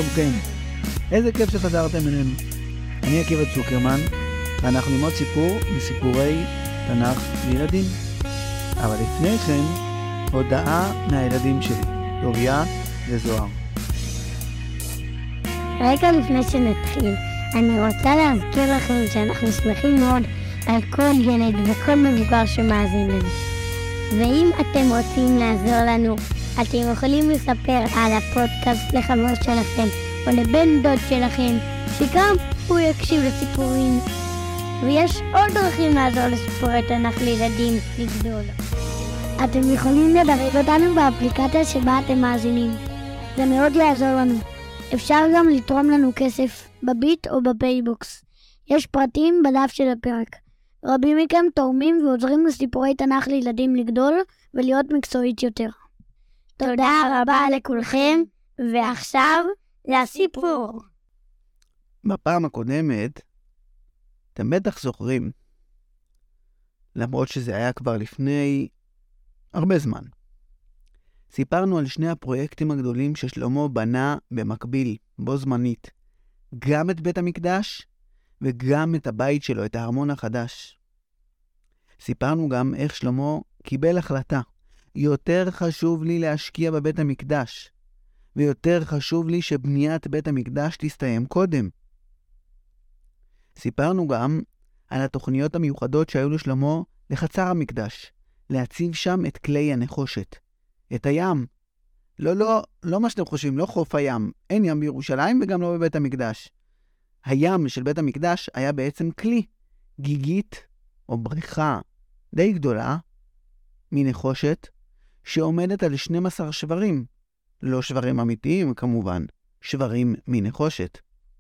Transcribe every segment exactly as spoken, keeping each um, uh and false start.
שלומכם? איזה כיף שחזרתם אלינו. אני עקיבא צוקרמן, ואנחנו עם עוד סיפור מסיפורי תנ"ך לילדים. אבל לפני כן, הודעה מהילדים שלי, דוריה וזוהר. רגע לפני שנתחיל, אני רוצה להזכיר לכם שאנחנו שמחים מאוד על כל ילד וכל מבוגר שמאזין לנו. ואם אתם רוצים לעזור לנו, אתם יכולים לספר על הפודקאסט לחבר שלכם או לבן דוד שלכם, שגם הוא יקשיב לסיפורים. ויש עוד דרכים לעזור לסיפורי תנ"ך לילדים לגדול. אתם יכולים לדרג אותנו באפליקציה שבה אתם מאזינים. זה מאוד יעזור לנו. אפשר גם לתרום לנו כסף בביט או בפייבוקס. יש פרטים בדף של הפרק. רבים מכם תורמים ועוזרים לסיפורי תנ"ך לילדים לגדול ולהיות מקצועית יותר. תודה רבה לכולכם, ועכשיו לסיפור. בפעם הקודמת, אתם בטח זוכרים, למרות שזה היה כבר לפני הרבה זמן. סיפרנו על שני הפרויקטים הגדולים ששלמה בנה במקביל, בו זמנית. גם את בית המקדש וגם את הבית שלו, את הארמון החדש. סיפרנו גם איך שלמה קיבל החלטה. יותר חשוב לי להשקיע בבית המקדש, ויותר חשוב לי שבניית בית המקדש תסתיים קודם. סיפרנו גם על התוכניות המיוחדות שהיו לשלמה לחצר המקדש, להציב שם את כלי הנחושת, את הים. לא, לא, לא מה שאתם חושבים, לא חוף הים. אין ים בירושלים וגם לא בבית המקדש. הים של בית המקדש היה בעצם כלי, גיגית או בריכה די גדולה מנחושת, שעומדת על שנים עשר שברים. לא שברים אמיתיים כמובן, שברים מנחושת.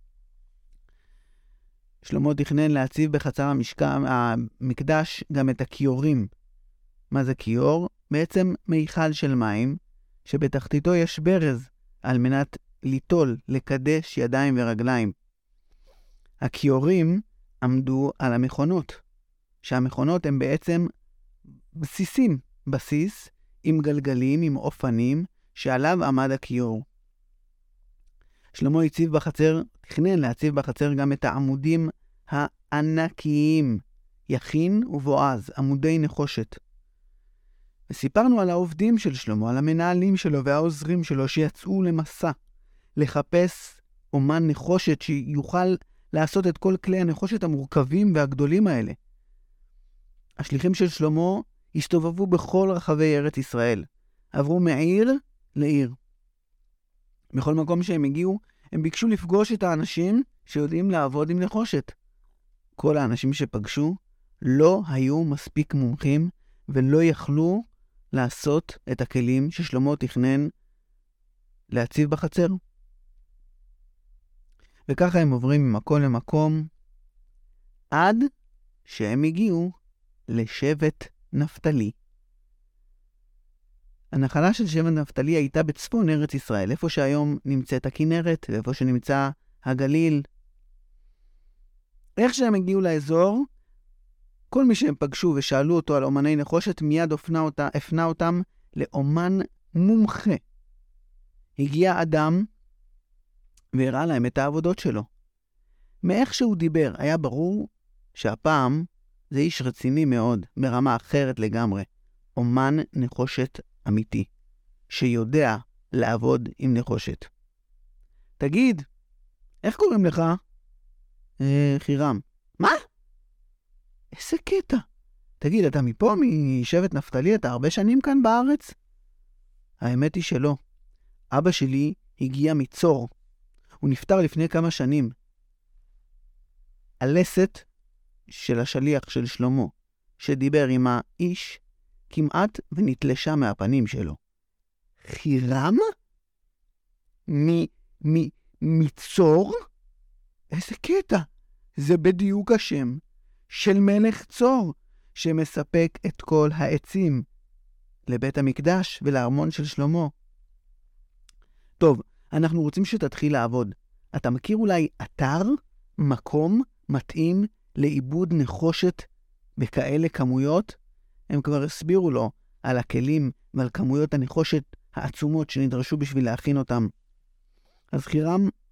שלמה תכנן להציב בחצר המשכן, המקדש גם את הכיורים. מה זה כיור? בעצם מיכל של מים, שבתחתיתו יש ברז, על מנת ליטול, לקדש ידיים ורגליים. הכיורים עמדו על המכונות, שהמכונות הן בעצם בסיסים, בסיס עם גלגלים, עם אופנים, שעליו עמד הכיור. שלמה הציב בחצר, תכנן להציב בחצר גם את העמודים הענקיים, יכין ובועז, עמודי נחושת. וסיפרנו על העובדים של שלמה, על המנהלים שלו והעוזרים שלו שיצאו למסע, לחפש אומן נחושת שיוכל לעשות את כל כלי הנחושת המורכבים והגדולים האלה. השליחים של שלמה הסתובבו בכל רחבי ארץ ישראל, עברו מעיר לעיר. בכל מקום שהם הגיעו, הם ביקשו לפגוש את האנשים שיודעים לעבוד עם נחושת. כל האנשים שפגשו לא היו מספיק מומחים ולא יכלו לעשות את הכלים ששלמה תכנן להציב בחצר. וככה הם עוברים ממקום למקום, עד שהם הגיעו לשבט נפתלי. הנחלה של שבט נפתלי הייתה בצפון ארץ ישראל, איפה שהיום נמצאת הכנרת, ואיפה שנמצא הגליל. איך שהם הגיעו לאזור, כל מי שהם פגשו ושאלו אותו על אומני נחושת, מיד הפנה, אותה, הפנה אותם לאומן מומחה. הגיע אדם והראה להם את העבודות שלו. מאיך שהוא דיבר, היה ברור שהפעם זה איש רציני מאוד, ברמה אחרת לגמרי. אומן נחושת אמיתי, שיודע לעבוד עם נחושת. תגיד, איך קוראים לך? אה, חירם. מה? איזה קטע. תגיד, אתה מפה, משבט נפתלי, אתה הרבה שנים כאן בארץ? האמת היא שלא. אבא שלי הגיע מצור. הוא נפטר לפני כמה שנים. הלסת של השליח של שלמה, שדיבר עם האיש, כמעט ונתלשה מהפנים שלו. חירם? מ... מ... מצור? איזה קטע. זה בדיוק השם של מלך צור, שמספק את כל העצים לבית המקדש ולארמון של שלמה. טוב, אנחנו רוצים שתתחיל לעבוד. אתה מכיר אולי אתר, מקום מתאים לעיבוד נחושת בכאלה כמויות? הם כבר הסבירו לו על הכלים ועל כמויות הנחושת העצומות שנדרשו בשביל להכין אותם. אז חירם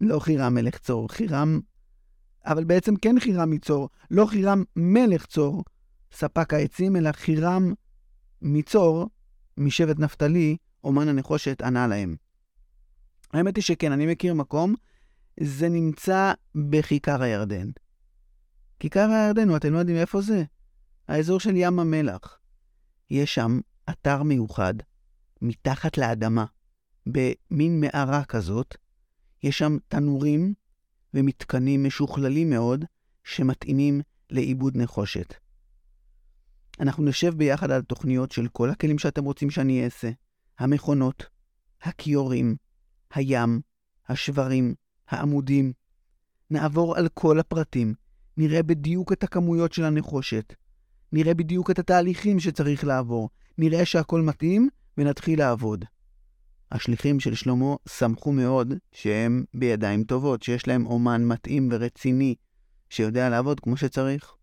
לא חירם מלך צור, חירם, אבל בעצם כן חירם מצור, לא חירם מלך צור, ספק העצים, אלא חירם מצור, משבט נפתלי, אומן הנחושת, ענה להם. האמת היא שכן, אני מכיר מקום, זה נמצא בכיכר הירדן. כיכר הירדן, אתם לא יודעים איפה זה? האזור של ים המלח. יש שם אתר מיוחד, מתחת לאדמה, במין מערה כזאת. יש שם תנורים ומתקנים משוכללים מאוד, שמתאימים לעיבוד נחושת. אנחנו נשב ביחד על תוכניות של כל הכלים שאתם רוצים שאני אעשה. המכונות, הקיורים, הים, השברים, העמודים. נעבור על כל הפרטים. נראה בדיוק את הכמויות של הנחושת. נראה בדיוק את התהליכים שצריך לעבור. נראה שהכל מתאים ונתחיל לעבוד. השליחים של שלמה שמחו מאוד שהם בידיים טובות, שיש להם אומן מתאים ורציני, שיודע לעבוד כמו שצריך.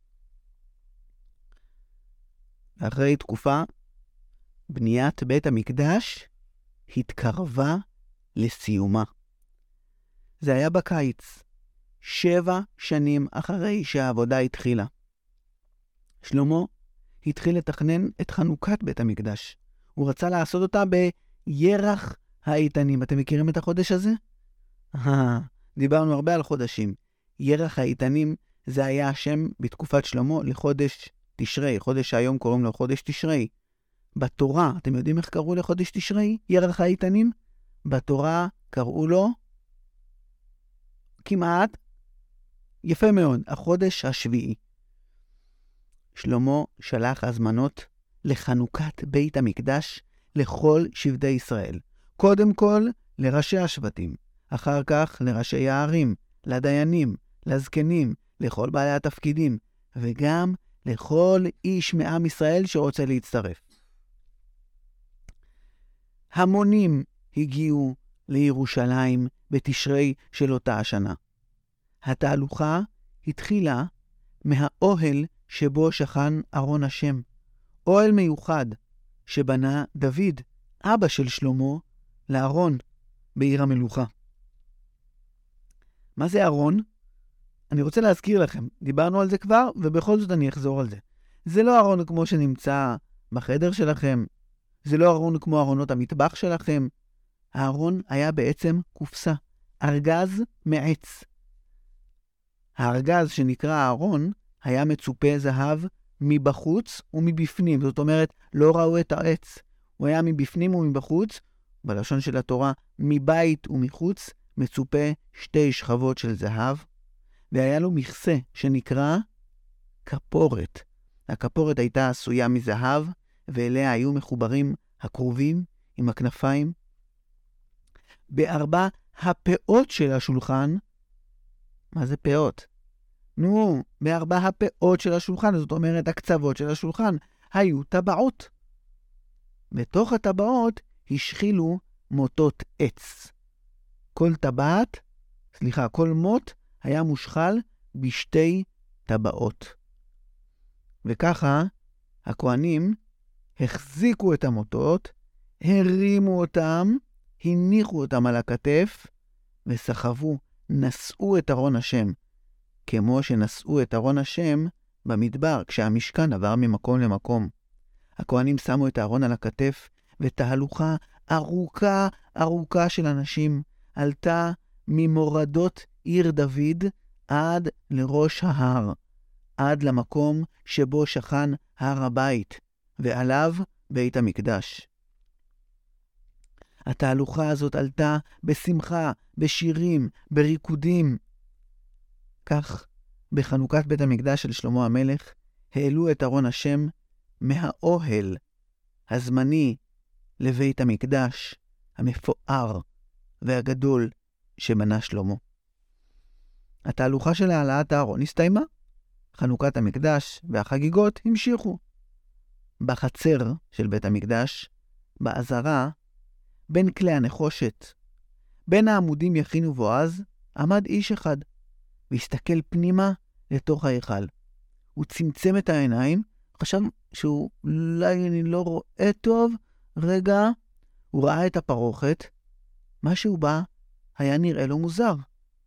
אחרי תקופה, בניית בית המקדש התקרבה לסיומה. זה היה בקיץ, שבע שנים אחרי שהעבודה התחילה. שלמה התחיל לתכנן את חנוכת בית המקדש. הוא רצה לעשות אותה בירח האיתנים. אתם מכירים את החודש הזה? דיברנו הרבה על חודשים. ירח האיתנים זה היה השם בתקופת שלמה לחודש תשרי, חודש שהיום קוראים לו חודש תשרי. בתורה, אתם יודעים איך קראו לחודש תשרי? ירח האיתנים? בתורה קראו לו כמעט, יפה מאוד, החודש השביעי. שלמה שלח הזמנות לחנוכת בית המקדש לכל שבטי ישראל. קודם כל לראשי השבטים, אחר כך לראשי הערים, לדיינים, לזקנים, לכל בעלי התפקידים, וגם לכל איש מעם ישראל שרוצה להצטרף. המונים הגיעו לירושלים בתשרי של אותה השנה. התהלוכה התחילה מהאוהל שבו שכן ארון השם. אוהל מיוחד שבנה דוד, אבא של שלמה, לארון בעיר המלוכה. מה זה ארון? אני רוצה להזכיר לכם, דיברנו על זה כבר, ובכל זאת אני אחזור על זה. זה לא ארון כמו שנמצא בחדר שלכם, זה לא ארון כמו ארונות המטבח שלכם. הארון היה בעצם קופסה, ארגז מעץ. הארגז שנקרא הארון היה מצופה זהב מבחוץ ומבפנים, זאת אומרת לא ראו את העץ. הוא היה מבפנים ומבחוץ, בלשון של התורה מבית ומחוץ, מצופה שתי שכבות של זהב, והיה לו מכסה שנקרא כפורת. הכפורת הייתה עשויה מזהב, ואליה היו מחוברים הקרובים עם הכנפיים. בארבע הפאות של השולחן, מה זה פאות? נו, בארבע הפאות של השולחן, זאת אומרת הקצוות של השולחן, היו טבעות. בתוך הטבעות השחילו מוטות עץ. כל טבעת, סליחה, כל מוט היה מושחל בשתי טבעות. וככה הכהנים החזיקו את המוטות, הרימו אותם, הניחו אותם על הכתף, וסחבו, נשאו את ארון השם, כמו שנשאו את ארון השם במדבר, כשהמשכן עבר ממקום למקום. הכהנים שמו את הארון על הכתף, ותהלוכה ארוכה ארוכה של אנשים עלתה ממורדות עיר דוד עד לראש ההר, עד למקום שבו שכן הר הבית, ועליו בית המקדש. התהלוכה הזאת עלתה בשמחה, בשירים, בריקודים. כך, בחנוכת בית המקדש של שלמה המלך, העלו את ארון השם מהאוהל הזמני לבית המקדש המפואר והגדול שבנה שלמה. התהלוכה של העלאת הארון הסתיימה. חנוכת המקדש והחגיגות המשיכו. בחצר של בית המקדש, בעזרה, בין כלי הנחושת, בין העמודים יכין ובועז, עמד איש אחד, והסתכל פנימה לתוך ההיכל. הוא צמצם את העיניים, חשב שהוא אולי אני לא רואה טוב, רגע, הוא ראה את הפרוכת, מה שהוא בא היה נראה לו מוזר.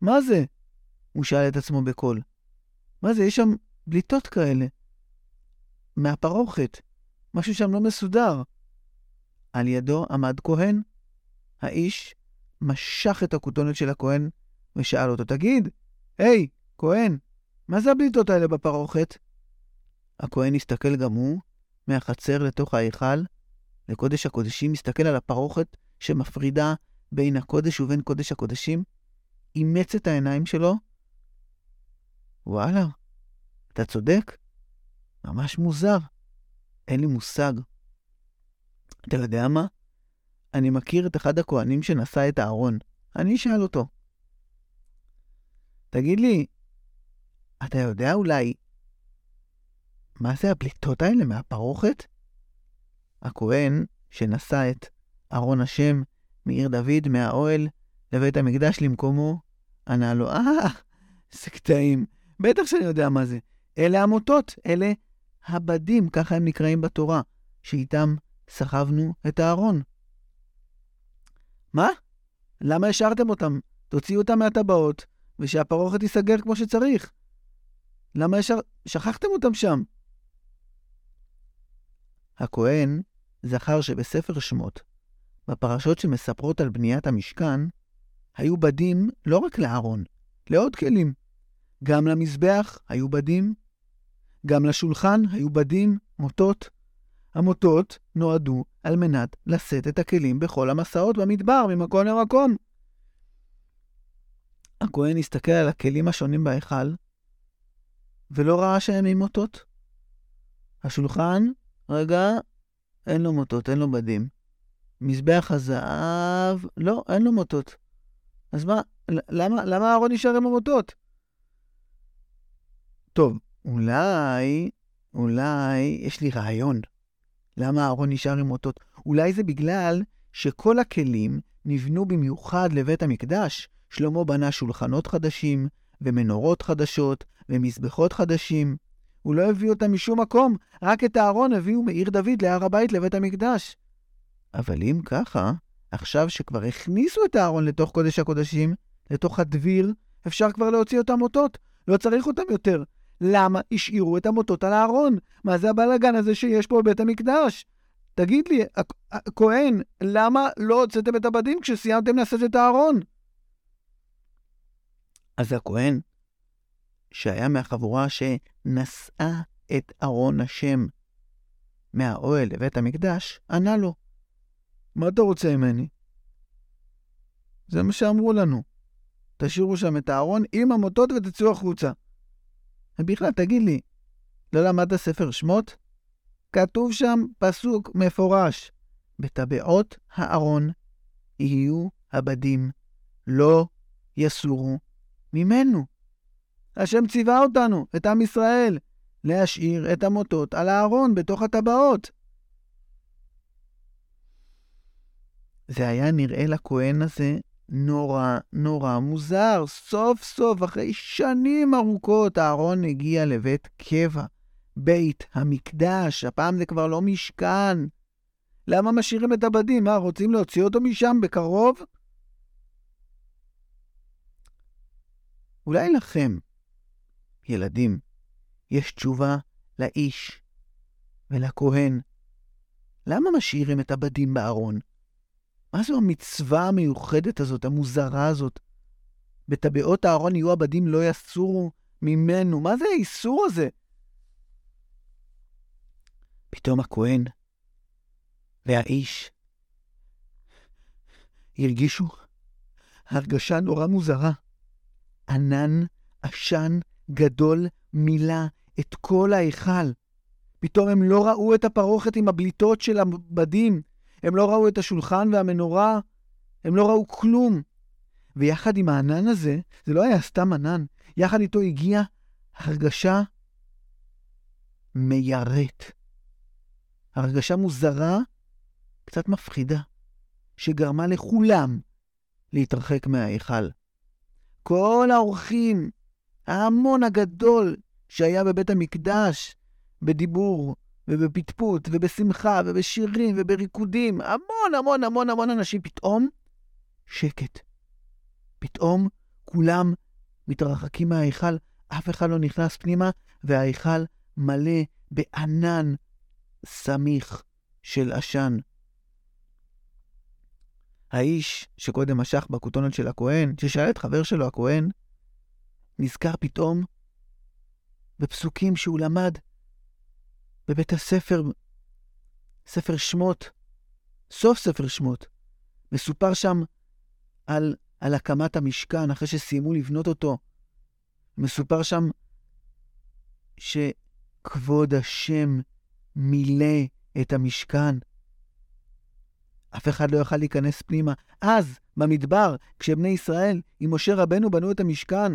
מה זה? הוא שאל את עצמו בקול. מה זה? יש שם בליטות כאלה. מהפרוכת. משהו שם לא מסודר. על ידו עמד כהן. האיש משך את הכותונת של הכהן ושאל אותו, תגיד, היי, כהן, מה זה הבליטות האלה בפרוכת? הכהן הסתכל גם הוא מהחצר לתוך ההיכל, לקודש הקודשים, מסתכל על הפרוכת שמפרידה בין הקודש ובין קודש הקודשים, אימץ את העיניים שלו. וואלה, אתה צודק? ממש מוזר. אין לי מושג. אתה יודע מה? אני מכיר את אחד הכהנים שנשא את הארון. אני אשאל אותו. תגיד לי, אתה יודע אולי מה זה הבליטות האלה מהפרוכת? הכהן שנשא את ארון השם מעיר דוד מהאוהל לבית המקדש למקומו, ענה לו, אה, זה קטעים. בטח שאני יודע מה זה. אלה המוטות, אלה הבדים, ככה הם נקראים בתורה, שאיתם סחבנו את הארון. מה? למה השארתם אותם? תוציאו אותם מהטבעות, ושהפרוכת ייסגר כמו שצריך. למה השאר... שכחתם אותם שם? הכהן זכר שבספר שמות, בפרשות שמספרות על בניית המשכן, היו בדים לא רק לארון, לעוד כלים. גם למזבח היו בדים, גם לשולחן היו בדים, מוטות. המוטות נועדו על מנת לשאת את הכלים בכל המסעות במדבר, ממקום למקום. הכהן הסתכל על הכלים השונים בהיכל, ולא ראה שהם עם מוטות. השולחן, רגע, אין לו מוטות, אין לו בדים. מזבח הזהב, לא, אין לו מוטות. אז מה, למה, למה הארון נשאר עם המוטות? טוב, אולי, אולי, יש לי רעיון. למה הארון נשאר עם מוטות? אולי זה בגלל שכל הכלים נבנו במיוחד לבית המקדש. שלמה בנה שולחנות חדשים, ומנורות חדשות, ומזבחות חדשים. הוא לא הביא אותם משום מקום, רק את הארון הביאו מעיר דוד להר הבית לבית המקדש. אבל אם ככה, עכשיו שכבר הכניסו את הארון לתוך קודש הקודשים, לתוך הדביר, אפשר כבר להוציא אותם מוטות. לא צריך אותם יותר. למה השאירו את המוטות על הארון? מה זה הבלגן הזה שיש פה בבית המקדש? תגיד לי, הכהן, למה לא הוצאתם את הבדים כשסיימתם לשאת את הארון? אז הכהן, שהיה מהחבורה שנשאה את ארון השם מהאוהל לבית המקדש, ענה לו, מה אתה רוצה ממני? זה מה שאמרו לנו. תשאירו שם את הארון עם המוטות ותצאו החוצה. ובכלל, תגיד לי, לא למדת ספר שמות? כתוב שם פסוק מפורש, בטבעות הארון יהיו הבדים, לא יסורו ממנו. השם ציווה אותנו, את עם ישראל, להשאיר את המוטות על הארון בתוך הטבעות. זה היה נראה לכהן הזה נורא נורא מוזר. סוף סוף, אחרי שנים ארוכות, הארון הגיע לבית קבע, בית המקדש. הפעם זה כבר לא משכן. למה משאירים את הבדים? מה, רוצים להוציא אותו משם בקרוב? אולי לכם, ילדים, יש תשובה לאיש ולכהן. למה משאירים את הבדים בארון? מה זו המצווה המיוחדת הזאת, המוזרה הזאת? בטבעות הארון יהיו הבדים לא יסורו ממנו. מה זה האיסור הזה? פתאום הכהן והאיש הרגישו הרגשה נורא מוזרה. ענן עשן גדול מילא את כל ההיכל. פתאום הם לא ראו את הפרוכת עם הבליטות של הבדים. הם לא ראו את השולחן והמנורה. הם לא ראו כלום. ויחד עם הענן הזה, זה לא היה סתם ענן, יחד איתו הגיעה הרגשה מיירת. הרגשה מוזרה, קצת מפחידה, שגרמה לכולם להתרחק מההיכל. כל האורחים, ההמון הגדול שהיה בבית המקדש, בדיבור ובפטפוט ובשמחה ובשירים ובריקודים, המון המון המון המון אנשים, פתאום שקט. פתאום כולם מתרחקים מההיכל, אף אחד לא נכנס פנימה, וההיכל מלא בענן סמיך של עשן. האיש שקודם משך בכותונת של הכהן, ששאל את חבר שלו הכהן, נזכר פתאום בפסוקים שהוא למד בבית הספר, ספר שמות, סוף ספר שמות. מסופר שם על, על הקמת המשכן אחרי שסיימו לבנות אותו. מסופר שם שכבוד השם מילא את המשכן. אף אחד לא יוכל להיכנס פנימה. אז, במדבר, כשבני ישראל עם משה רבנו בנו את המשכן,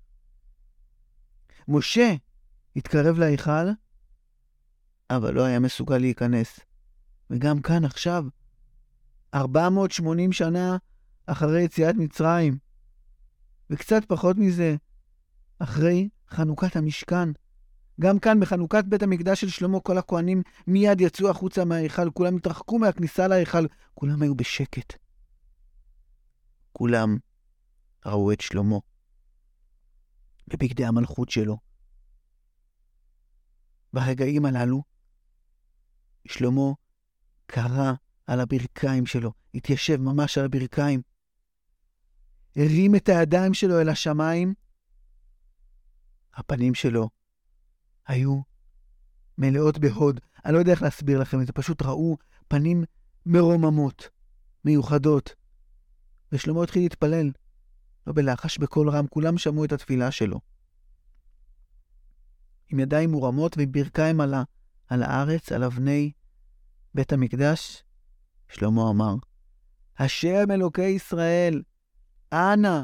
משה התקרב להיכל, אבל לא היה מסוגל להיכנס. וגם כאן עכשיו, ארבע מאות ושמונים שנה אחרי יציאת מצרים, וקצת פחות מזה, אחרי חנוכת המשכן, גם כאן בחנוכת בית המקדש של שלמה, כל הכהנים מיד יצאו החוצה מההיכל, כולם התרחקו מהכניסה להיכל, כולם היו בשקט. כולם ראו את שלמה בבגדי המלכות שלו. ברגעים הללו, שלמה קרא על הברכיים שלו, התיישב ממש על הברכיים, הרים את הידיים שלו אל השמיים, הפנים שלו היו מלאות בהוד. אני לא יודע איך להסביר לכם את זה, פשוט ראו פנים מרוממות, מיוחדות. ושלמה התחיל להתפלל, לא בלחש, בקול רם, כולם שמעו את התפילה שלו. עם ידיים מורמות וברכיים על, ה, על הארץ, על אבני בית המקדש, שלמה אמר, השם אלוקי ישראל, אנא,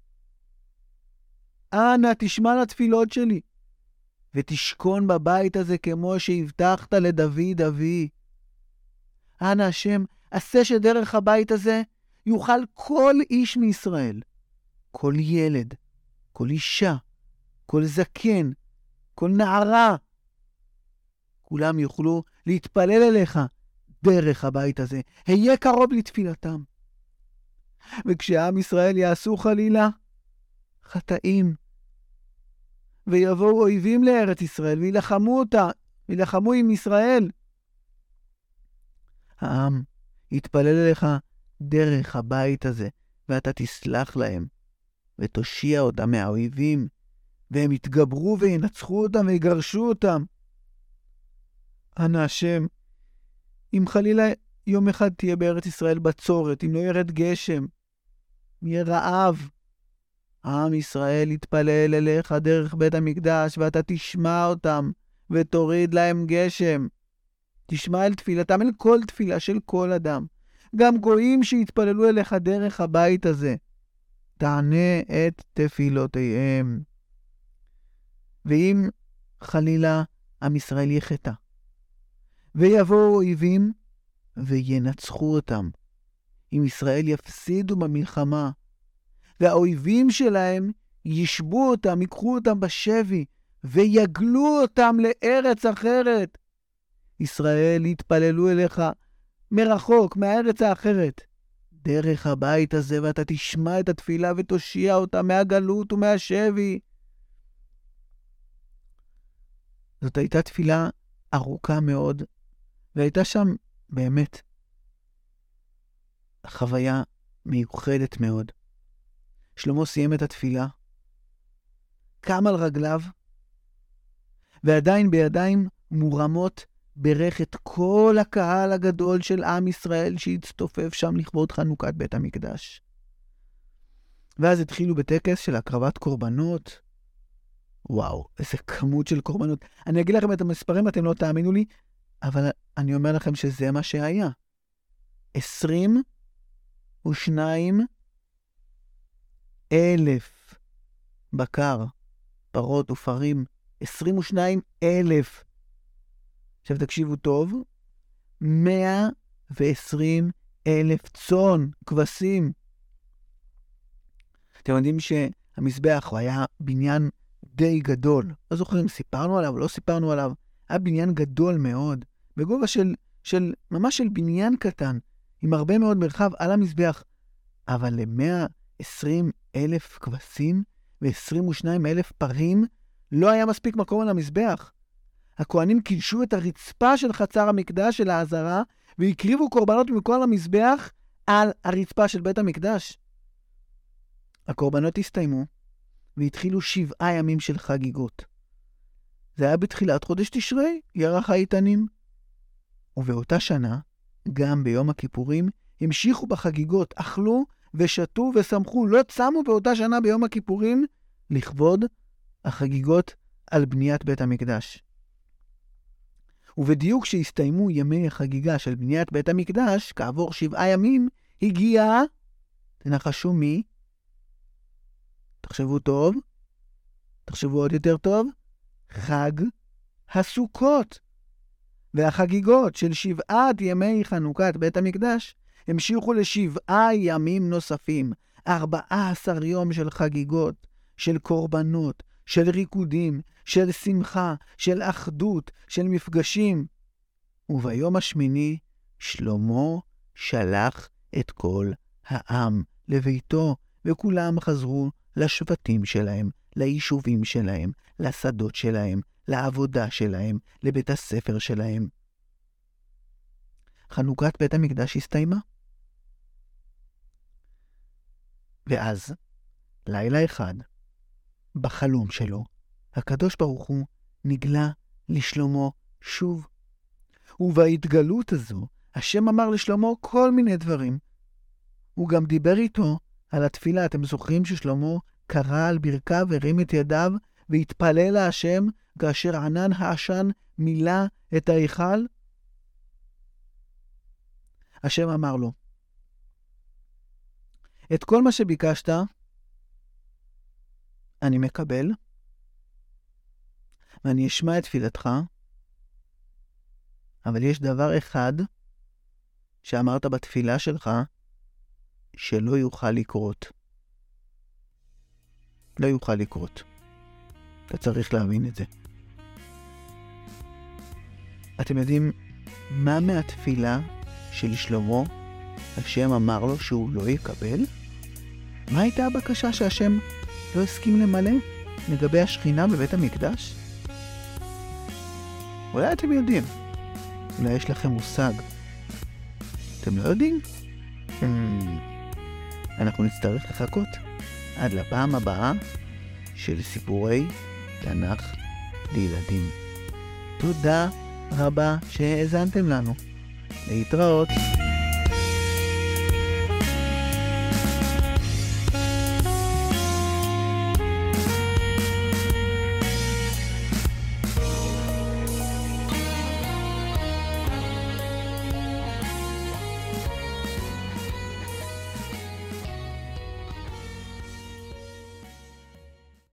אנא תשמע לתפילות שלי, ותשכון בבית הזה כמו שהבטחת לדוד אבי. אנא השם, עשה שדרך הבית הזה יוכל כל איש מישראל, כל ילד, כל אישה, כל זקן, כל נערה, כולם יוכלו להתפלל אליך דרך הבית הזה. היה קרוב לתפילתם. וכשעם ישראל יעשו חלילה חטאים, ויבואו אויבים לארץ ישראל, וילחמו אותה, וילחמו עם ישראל, העם יתפלל אליך דרך הבית הזה, ואתה תסלח להם, ותושיע אותם מהאויבים, והם יתגברו וינצחו אותם ויגרשו אותם. אנא השם, אם חלילה יום אחד תהיה בארץ ישראל בצורת, אם לא ירד גשם, יהיה רעב, עם ישראל יתפלל אליך דרך בית המקדש, ואתה תשמע אותם, ותוריד להם גשם. תשמע אל תפילתם, אל כל תפילה של כל אדם. גם גויים שיתפללו אליך דרך הבית הזה. תענה את תפילותיהם. ואם חלילה עם ישראל יחטא, ויבואו אויבים וינצחו אותם, אם ישראל יפסידו במלחמה, והאויבים שלהם ישבו אותם, ייקחו אותם בשבי, ויגלו אותם לארץ אחרת, ישראל יתפללו אליך מרחוק, מהארץ האחרת, דרך הבית הזה, ואתה תשמע את התפילה ותושיע אותם מהגלות ומהשבי. זאת הייתה תפילה ארוכה מאוד, והייתה שם באמת חוויה מיוחדת מאוד. שלמה סיים את התפילה, קם על רגליו, ועדיין בידיים מורמות ברך את כל הקהל הגדול של עם ישראל שהצטופף שם לכבוד חנוכת בית המקדש. ואז התחילו בטקס של הקרבת קורבנות. וואו, איזה כמות של קורבנות. אני אגיד לכם את המספרים, אתם לא תאמינו לי, אבל אני אומר לכם שזה מה שהיה. עשרים ושניים אלף בקר, פרות ופרים, עשרים ושניים אלף. עכשיו תקשיבו טוב, מאה ועשרים אלף צאן, כבשים. אתם יודעים שהמזבח הוא היה בניין די גדול. לא זוכרים, סיפרנו עליו, לא סיפרנו עליו. היה בניין גדול מאוד, בגובה של, של, ממש של בניין קטן, עם הרבה מאוד מרחב על המזבח. אבל ל-מאה עשרים אלף כבשים ו-עשרים ושניים אלף פרים, לא היה מספיק מקום על המזבח. הכהנים קידשו את הרצפה של חצר המקדש של העזרה, והקריבו קורבנות מכל המזבח על הרצפה של בית המקדש. הקורבנות הסתיימו, והתחילו שבעה ימים של חגיגות. זה היה בתחילת חודש תשרי, ירח העיתנים. ובאותה שנה, גם ביום הכיפורים, המשיכו בחגיגות, אכלו ושתו ושמחו, לא צמו באותה שנה ביום הכיפורים, לכבוד החגיגות על בניית בית המקדש. ובדיוק שהסתיימו ימי החגיגה של בניית בית המקדש, כעבור שבעה ימים, הגיע, תנחשו מי? תחשבו טוב, תחשבו עוד יותר טוב, חג הסוכות. והחגיגות של שבעת ימי חנוכת בית המקדש המשיכו לשבעה ימים נוספים, ארבעה עשר יום של חגיגות, של קורבנות, של ריקודים, של שמחה, של אחדות, של מפגשים. וביום השמיני שלמה שלח את כל העם לביתו, וכולם חזרו לשבטים שלהם, ליישובים שלהם, לשדות שלהם, לעבודה שלהם, לבית הספר שלהם. חנוכת בית המקדש הסתיימה. ואז, לילה אחד, בחלום שלו, הקדוש ברוך הוא נגלה לשלמה שוב. ובהתגלות הזו, השם אמר לשלמה כל מיני דברים. הוא גם דיבר איתו על התפילה. אתם זוכרים ששלמה קרא על ברכיו והרים את ידיו והתפלל להשם כאשר ענן העשן מילא את ההיכל? השם אמר לו, את כל מה שביקשת אני מקבל, ואני אשמע את תפילתך, אבל יש דבר אחד שאמרת בתפילה שלך שלא יוכל לקרות. לא יוכל לקרות. אתה צריך להבין את זה. אתם יודעים מה מהתפילה של שלמה השם אמר לו שהוא לא יקבל? מה הייתה הבקשה שהשם לא הסכים למלא לגבי השכינה בבית המקדש? אולי אתם יודעים. אולי יש לכם מושג. אתם לא יודעים? אנחנו נצטרך לחכות עד לפעם הבאה של סיפורי תנ"ך לילדים. תודה רבה שהאזנתם לנו. להתראות.